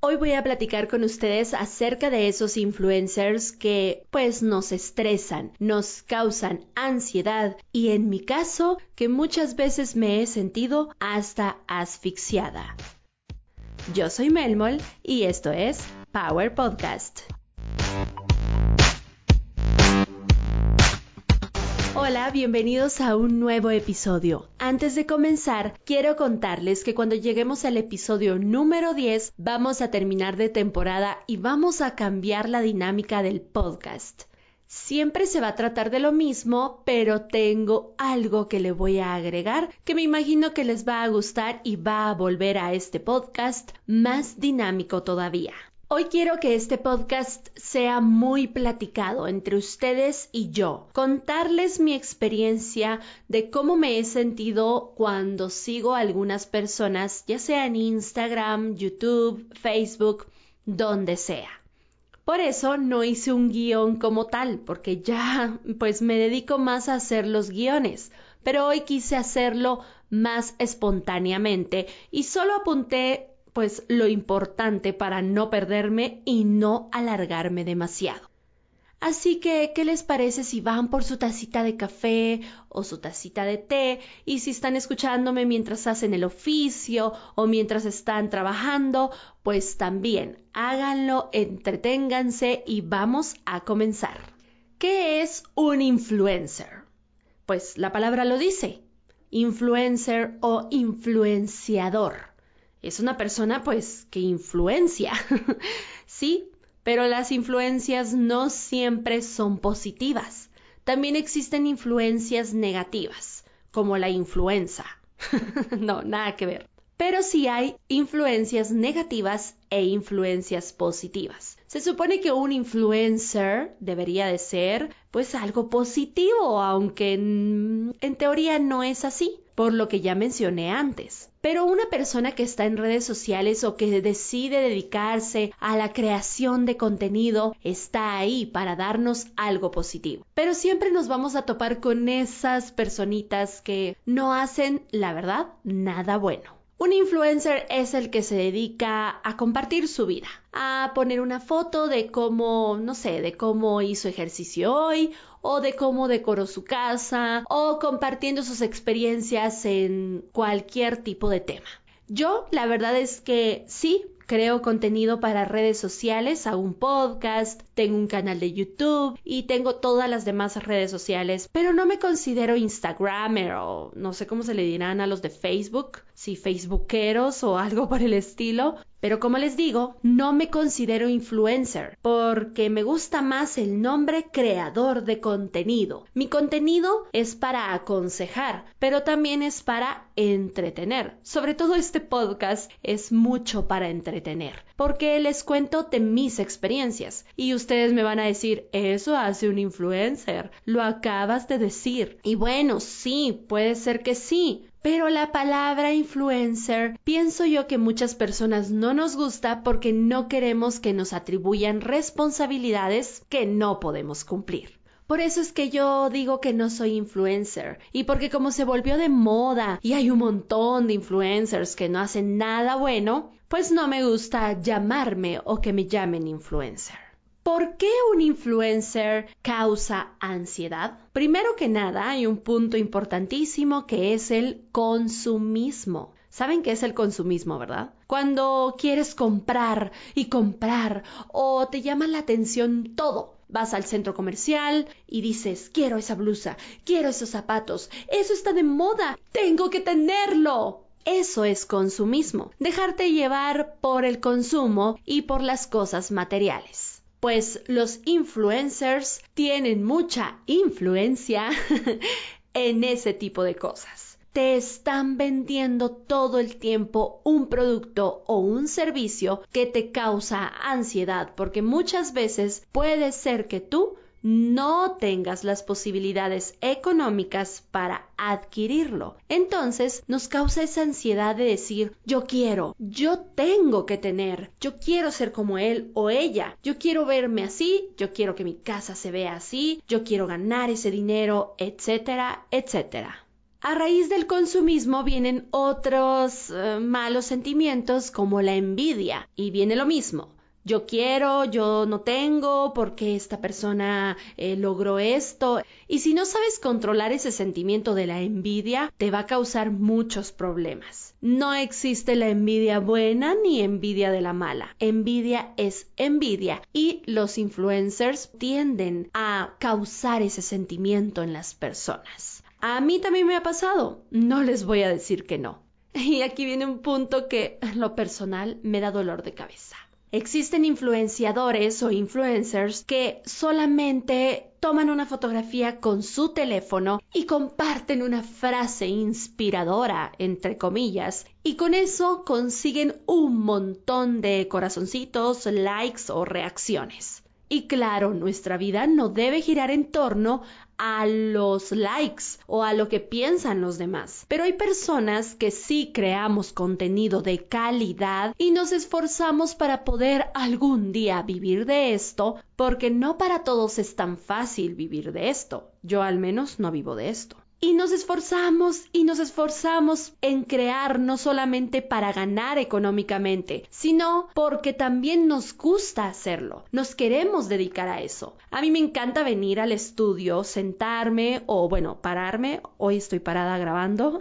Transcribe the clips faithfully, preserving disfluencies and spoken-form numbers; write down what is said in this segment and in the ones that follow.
Hoy voy a platicar con ustedes acerca de esos influencers que pues nos estresan, nos causan ansiedad y en mi caso que muchas veces me he sentido hasta asfixiada. Yo soy Melmol y esto es Power Podcast. Hola, bienvenidos a un nuevo episodio. Antes de comenzar, quiero contarles que cuando lleguemos al episodio número diez, vamos a terminar de temporada y vamos a cambiar la dinámica del podcast. Siempre se va a tratar de lo mismo, pero tengo algo que le voy a agregar que me imagino que les va a gustar y va a volver a este podcast más dinámico todavía. Hoy quiero que este podcast sea muy platicado entre ustedes y yo, contarles mi experiencia de cómo me he sentido cuando sigo a algunas personas, ya sea en Instagram, YouTube, Facebook, donde sea. Por eso no hice un guión como tal, porque ya pues me dedico más a hacer los guiones, pero hoy quise hacerlo más espontáneamente y solo apunté pues lo importante para no perderme y no alargarme demasiado. Así que, ¿qué les parece si van por su tacita de café o su tacita de té? Y si están escuchándome mientras hacen el oficio o mientras están trabajando, pues también háganlo, entreténganse y vamos a comenzar. ¿Qué es un influencer? Pues la palabra lo dice, influencer o influenciador. Es una persona, pues, que influencia, sí, pero las influencias no siempre son positivas. También existen influencias negativas, como la influenza. No, nada que ver. Pero sí hay influencias negativas e influencias positivas. Se supone que un influencer debería de ser, pues, algo positivo, aunque en, en teoría no es así, por lo que ya mencioné antes. Pero una persona que está en redes sociales o que decide dedicarse a la creación de contenido está ahí para darnos algo positivo. Pero siempre nos vamos a topar con esas personitas que no hacen, la verdad, nada bueno. Un influencer es el que se dedica a compartir su vida, a poner una foto de cómo, no sé, de cómo hizo ejercicio hoy, o de cómo decoró su casa, o compartiendo sus experiencias en cualquier tipo de tema. Yo, la verdad es que sí, creo contenido para redes sociales, hago un podcast, tengo un canal de YouTube y tengo todas las demás redes sociales, pero no me considero Instagramer o no sé cómo se le dirán a los de Facebook, si Facebookeros o algo por el estilo. Pero como les digo, no me considero influencer porque me gusta más el nombre creador de contenido. Mi contenido es para aconsejar, pero también es para entretener. Sobre todo este podcast es mucho para entretener, porque les cuento de mis experiencias. Y ustedes me van a decir, eso hace un influencer, lo acabas de decir. Y bueno, sí, puede ser que sí. Pero la palabra influencer, pienso yo que muchas personas no nos gusta porque no queremos que nos atribuyan responsabilidades que no podemos cumplir. Por eso es que yo digo que no soy influencer y porque como se volvió de moda y hay un montón de influencers que no hacen nada bueno, pues no me gusta llamarme o que me llamen influencer. ¿Por qué un influencer causa ansiedad? Primero que nada, hay un punto importantísimo que es el consumismo. ¿Saben qué es el consumismo, verdad? Cuando quieres comprar y comprar o te llama la atención todo. Vas al centro comercial y dices, quiero esa blusa, quiero esos zapatos, eso está de moda, tengo que tenerlo. Eso es consumismo, dejarte llevar por el consumo y por las cosas materiales. Pues los influencers tienen mucha influencia en ese tipo de cosas. Te están vendiendo todo el tiempo un producto o un servicio que te causa ansiedad, porque muchas veces puede ser que tú no tengas las posibilidades económicas para adquirirlo. Entonces nos causa esa ansiedad de decir, yo quiero, yo tengo que tener, yo quiero ser como él o ella, yo quiero verme así, yo quiero que mi casa se vea así, yo quiero ganar ese dinero, etcétera, etcétera. A raíz del consumismo vienen otros uh, malos sentimientos como la envidia y viene lo mismo. Yo quiero, yo no tengo, porque esta persona eh, logró esto. Y si no sabes controlar ese sentimiento de la envidia, te va a causar muchos problemas. No existe la envidia buena ni envidia de la mala. Envidia es envidia y los influencers tienden a causar ese sentimiento en las personas. A mí también me ha pasado, no les voy a decir que no. Y aquí viene un punto que en lo personal me da dolor de cabeza. Existen influenciadores o influencers que solamente toman una fotografía con su teléfono y comparten una frase inspiradora, entre comillas, y con eso consiguen un montón de corazoncitos, likes o reacciones. Y claro, nuestra vida no debe girar en torno a los likes o a lo que piensan los demás. Pero hay personas que sí creamos contenido de calidad y nos esforzamos para poder algún día vivir de esto, porque no para todos es tan fácil vivir de esto. Yo al menos no vivo de esto. Y nos esforzamos y nos esforzamos en crear no solamente para ganar económicamente, sino porque también nos gusta hacerlo. Nos queremos dedicar a eso. A mí me encanta venir al estudio, sentarme o bueno, pararme. Hoy estoy parada grabando.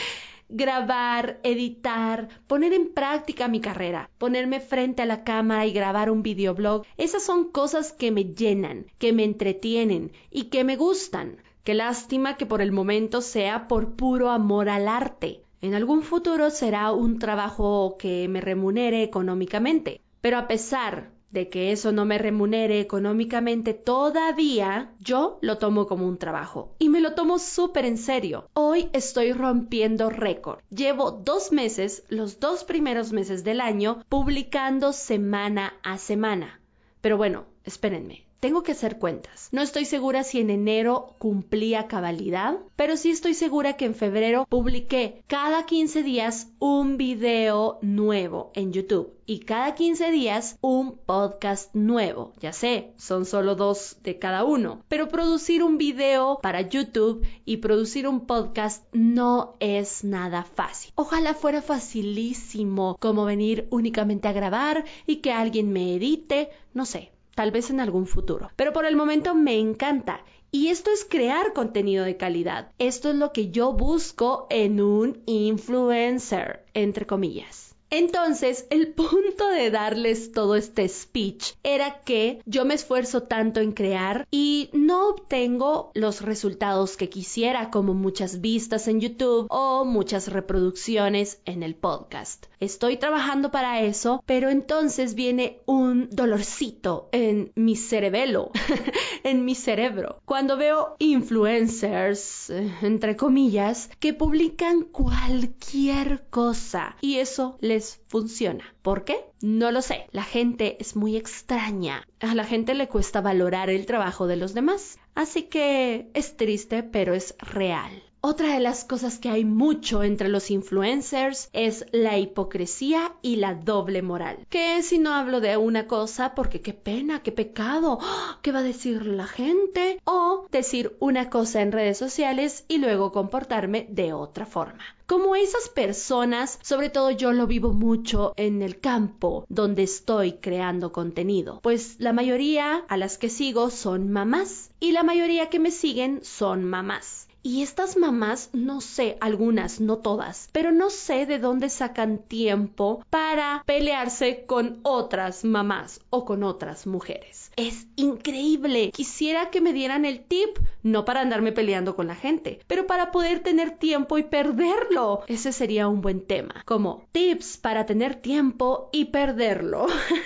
Grabar, editar, poner en práctica mi carrera, ponerme frente a la cámara y grabar un videoblog. Esas son cosas que me llenan, que me entretienen y que me gustan. Qué lástima que por el momento sea por puro amor al arte. En algún futuro será un trabajo que me remunere económicamente. Pero a pesar de que eso no me remunere económicamente todavía, yo lo tomo como un trabajo. Y me lo tomo súper en serio. Hoy estoy rompiendo récord. Llevo dos meses, los dos primeros meses del año, publicando semana a semana. Pero bueno, espérenme. Tengo que hacer cuentas. No estoy segura si en enero cumplí a cabalidad, pero sí estoy segura que en febrero publiqué cada quince días un video nuevo en YouTube y cada quince días un podcast nuevo. Ya sé, son solo dos de cada uno, pero producir un video para YouTube y producir un podcast no es nada fácil. Ojalá fuera facilísimo como venir únicamente a grabar y que alguien me edite, no sé. Tal vez en algún futuro. Pero por el momento me encanta. Y esto es crear contenido de calidad. Esto es lo que yo busco en un influencer, entre comillas. Entonces, el punto de darles todo este speech era que yo me esfuerzo tanto en crear y no obtengo los resultados que quisiera, como muchas vistas en YouTube o muchas reproducciones en el podcast. Estoy trabajando para eso, pero entonces viene un dolorcito en mi cerebelo, en mi cerebro, cuando veo influencers, entre comillas, que publican cualquier cosa y eso les funciona. ¿Por qué? No lo sé. La gente es muy extraña. A la gente le cuesta valorar el trabajo de los demás. Así que es triste, pero es real. Otra de las cosas que hay mucho entre los influencers es la hipocresía y la doble moral. Que si no hablo de una cosa porque qué pena, qué pecado, ¿qué va a decir la gente? O decir una cosa en redes sociales y luego comportarme de otra forma. Como esas personas, sobre todo yo lo vivo mucho en el campo donde estoy creando contenido, pues la mayoría a las que sigo son mamás y la mayoría que me siguen son mamás. Y estas mamás, no sé, algunas, no todas, pero no sé de dónde sacan tiempo para pelearse con otras mamás o con otras mujeres. Es increíble. Quisiera que me dieran el tip, no para andarme peleando con la gente, pero para poder tener tiempo y perderlo. Ese sería un buen tema, como tips para tener tiempo y perderlo.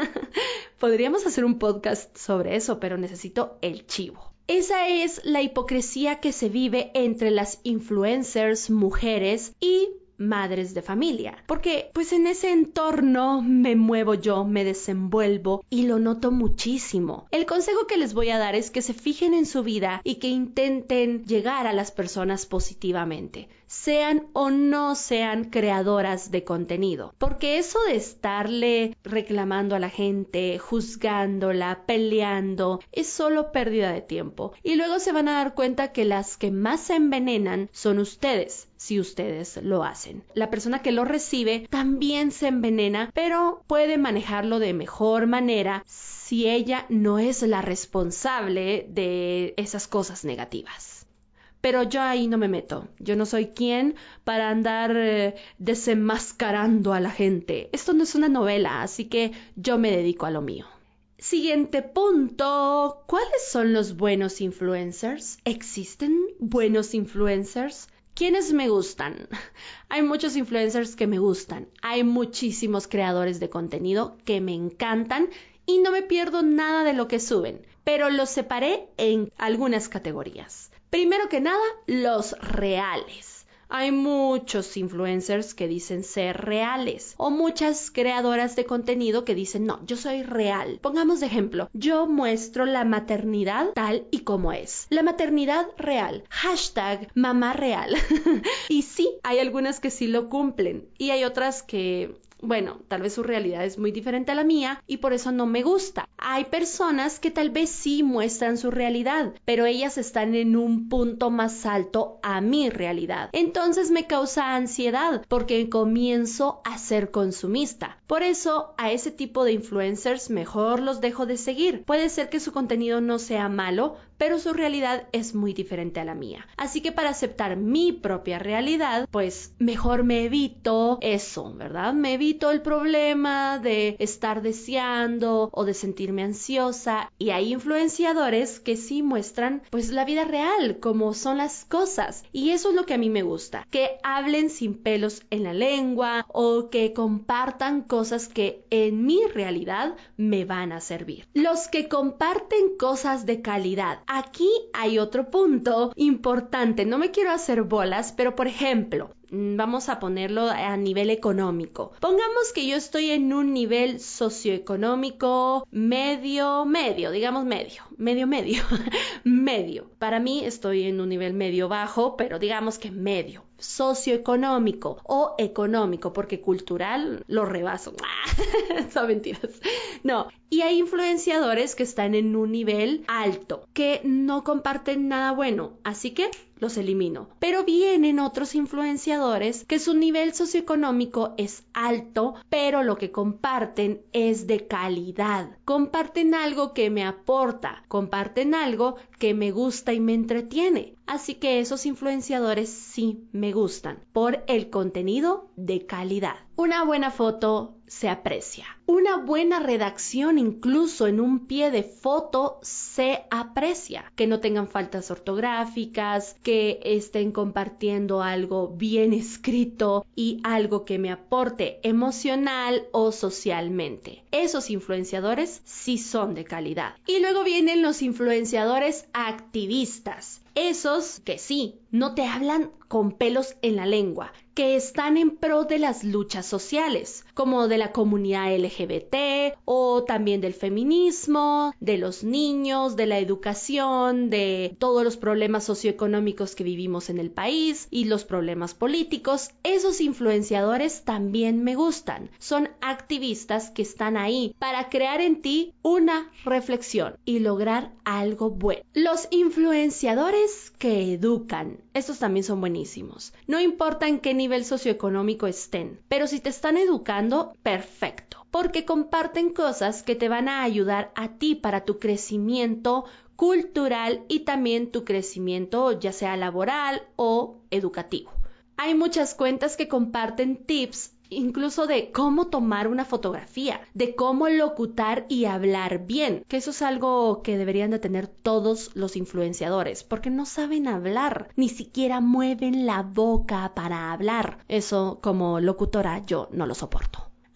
Podríamos hacer un podcast sobre eso, pero necesito el chivo. Esa es la hipocresía que se vive entre las influencers mujeres y madres de familia, porque pues en ese entorno me muevo yo, me desenvuelvo y lo noto muchísimo. El consejo que les voy a dar es que se fijen en su vida y que intenten llegar a las personas positivamente, sean o no sean creadoras de contenido, porque eso de estarle reclamando a la gente, juzgándola, peleando, es solo pérdida de tiempo, y luego se van a dar cuenta que las que más se envenenan son ustedes, si ustedes lo hacen. La persona que lo recibe también se envenena, pero puede manejarlo de mejor manera si ella no es la responsable de esas cosas negativas. Pero yo ahí no me meto. Yo no soy quien para andar eh, desenmascarando a la gente. Esto no es una novela, así que yo me dedico a lo mío. Siguiente punto. ¿Cuáles son los buenos influencers? ¿Existen buenos influencers? ¿Quiénes me gustan? Hay muchos influencers que me gustan. Hay muchísimos creadores de contenido que me encantan y no me pierdo nada de lo que suben, pero los separé en algunas categorías. Primero que nada, los reales. Hay muchos influencers que dicen ser reales o muchas creadoras de contenido que dicen no, yo soy real. Pongamos de ejemplo, yo muestro la maternidad tal y como es. La maternidad real. Hashtag mamá real. Y sí, hay algunas que sí lo cumplen y hay otras que... bueno, tal vez su realidad es muy diferente a la mía y por eso no me gusta. Hay personas que tal vez sí muestran su realidad, pero ellas están en un punto más alto a mi realidad. Entonces me causa ansiedad porque comienzo a ser consumista. Por eso a ese tipo de influencers mejor los dejo de seguir. Puede ser que su contenido no sea malo, pero su realidad es muy diferente a la mía. Así que para aceptar mi propia realidad, pues mejor me evito eso, ¿verdad? Me evito el problema de estar deseando o de sentirme ansiosa. Y hay influenciadores que sí muestran pues la vida real, como son las cosas. Y eso es lo que a mí me gusta, que hablen sin pelos en la lengua o que compartan cosas que en mi realidad me van a servir. Los que comparten cosas de calidad. Aquí hay otro punto importante. No me quiero hacer bolas, pero por ejemplo, vamos a ponerlo a nivel económico. Pongamos que yo estoy en un nivel socioeconómico medio, medio, digamos medio, medio, medio, medio. Para mí estoy en un nivel medio bajo, pero digamos que medio. Socioeconómico o económico, porque cultural lo rebaso. Son mentiras. No. Y hay influenciadores que están en un nivel alto, que no comparten nada bueno, así que los elimino. Pero vienen otros influenciadores que su nivel socioeconómico es alto, pero lo que comparten es de calidad. Comparten algo que me aporta, comparten algo que me gusta y me entretiene. Así que esos influenciadores sí me gustan por el contenido de calidad. Una buena foto se aprecia. Una buena redacción, incluso en un pie de foto, se aprecia. Que no tengan faltas ortográficas, que estén compartiendo algo bien escrito y algo que me aporte emocional o socialmente. Esos influenciadores sí son de calidad. Y luego vienen los influenciadores activistas. Esos que sí, no te hablan con pelos en la lengua, que están en pro de las luchas sociales, como de la comunidad L G B T o también del feminismo, de los niños, de la educación, de todos los problemas socioeconómicos que vivimos en el país y los problemas políticos. Esos influenciadores también me gustan. Son activistas que están ahí para crear en ti una reflexión y lograr algo bueno. Los influenciadores que educan, estos también son buenísimos. No importa en qué nivel socioeconómico estén, pero si te están educando, perfecto, porque comparten cosas que te van a ayudar a ti para tu crecimiento cultural y también tu crecimiento ya sea laboral o educativo. Hay muchas cuentas que comparten tips incluso de cómo tomar una fotografía, de cómo locutar y hablar bien, que eso es algo que deberían de tener todos los influenciadores, porque no saben hablar, ni siquiera mueven la boca para hablar. Eso como locutora yo no lo soporto.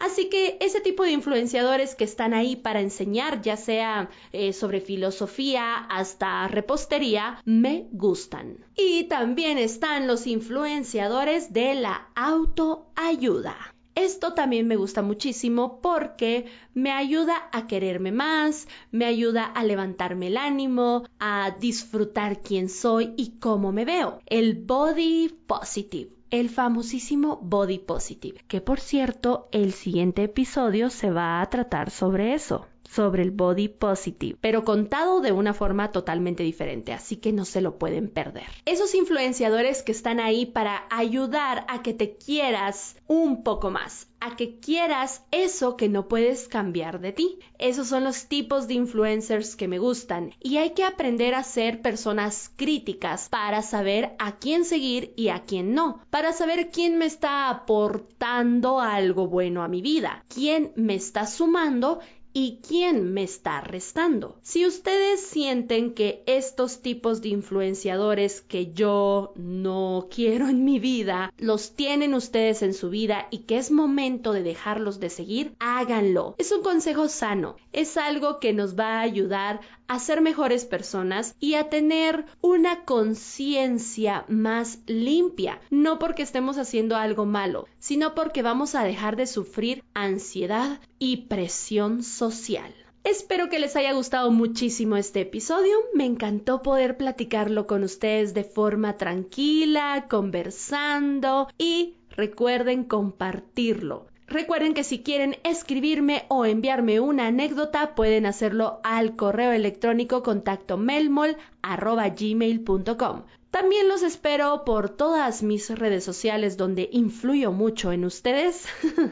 Así que ese tipo de influenciadores que están ahí para enseñar, ya sea eh, sobre filosofía hasta repostería, me gustan. Y también están los influenciadores de la autoayuda. Esto también me gusta muchísimo porque me ayuda a quererme más, me ayuda a levantarme el ánimo, a disfrutar quién soy y cómo me veo. El body positive. El famosísimo body positive, que por cierto, el siguiente episodio se va a tratar sobre eso, sobre el body positive, pero contado de una forma totalmente diferente, así que no se lo pueden perder. Esos influenciadores que están ahí para ayudar a que te quieras un poco más, a que quieras eso que no puedes cambiar de ti. Esos son los tipos de influencers que me gustan y hay que aprender a ser personas críticas para saber a quién seguir y a quién no, para saber quién me está aportando algo bueno a mi vida, quién me está sumando y quién me está restando. Si ustedes sienten que estos tipos de influenciadores que yo no quiero en mi vida, los tienen ustedes en su vida y que es momento de dejarlos de seguir, háganlo. Es un consejo sano, es algo que nos va a ayudar a ser mejores personas y a tener una conciencia más limpia, no porque estemos haciendo algo malo, sino porque vamos a dejar de sufrir ansiedad y presión social. Espero que les haya gustado muchísimo este episodio. Me encantó poder platicarlo con ustedes de forma tranquila, conversando y recuerden compartirlo. Recuerden que si quieren escribirme o enviarme una anécdota, pueden hacerlo al correo electrónico contacto melmol arroba gmail punto com. También los espero por todas mis redes sociales donde influyo mucho en ustedes.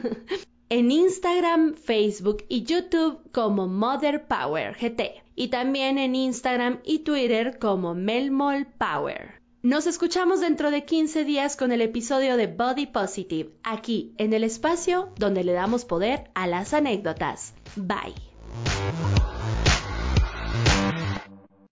En Instagram, Facebook y YouTube como Mother Power G T. Y también en Instagram y Twitter como Melmol Power. Nos escuchamos dentro de quince días con el episodio de Body Positive, aquí en el espacio donde le damos poder a las anécdotas. Bye.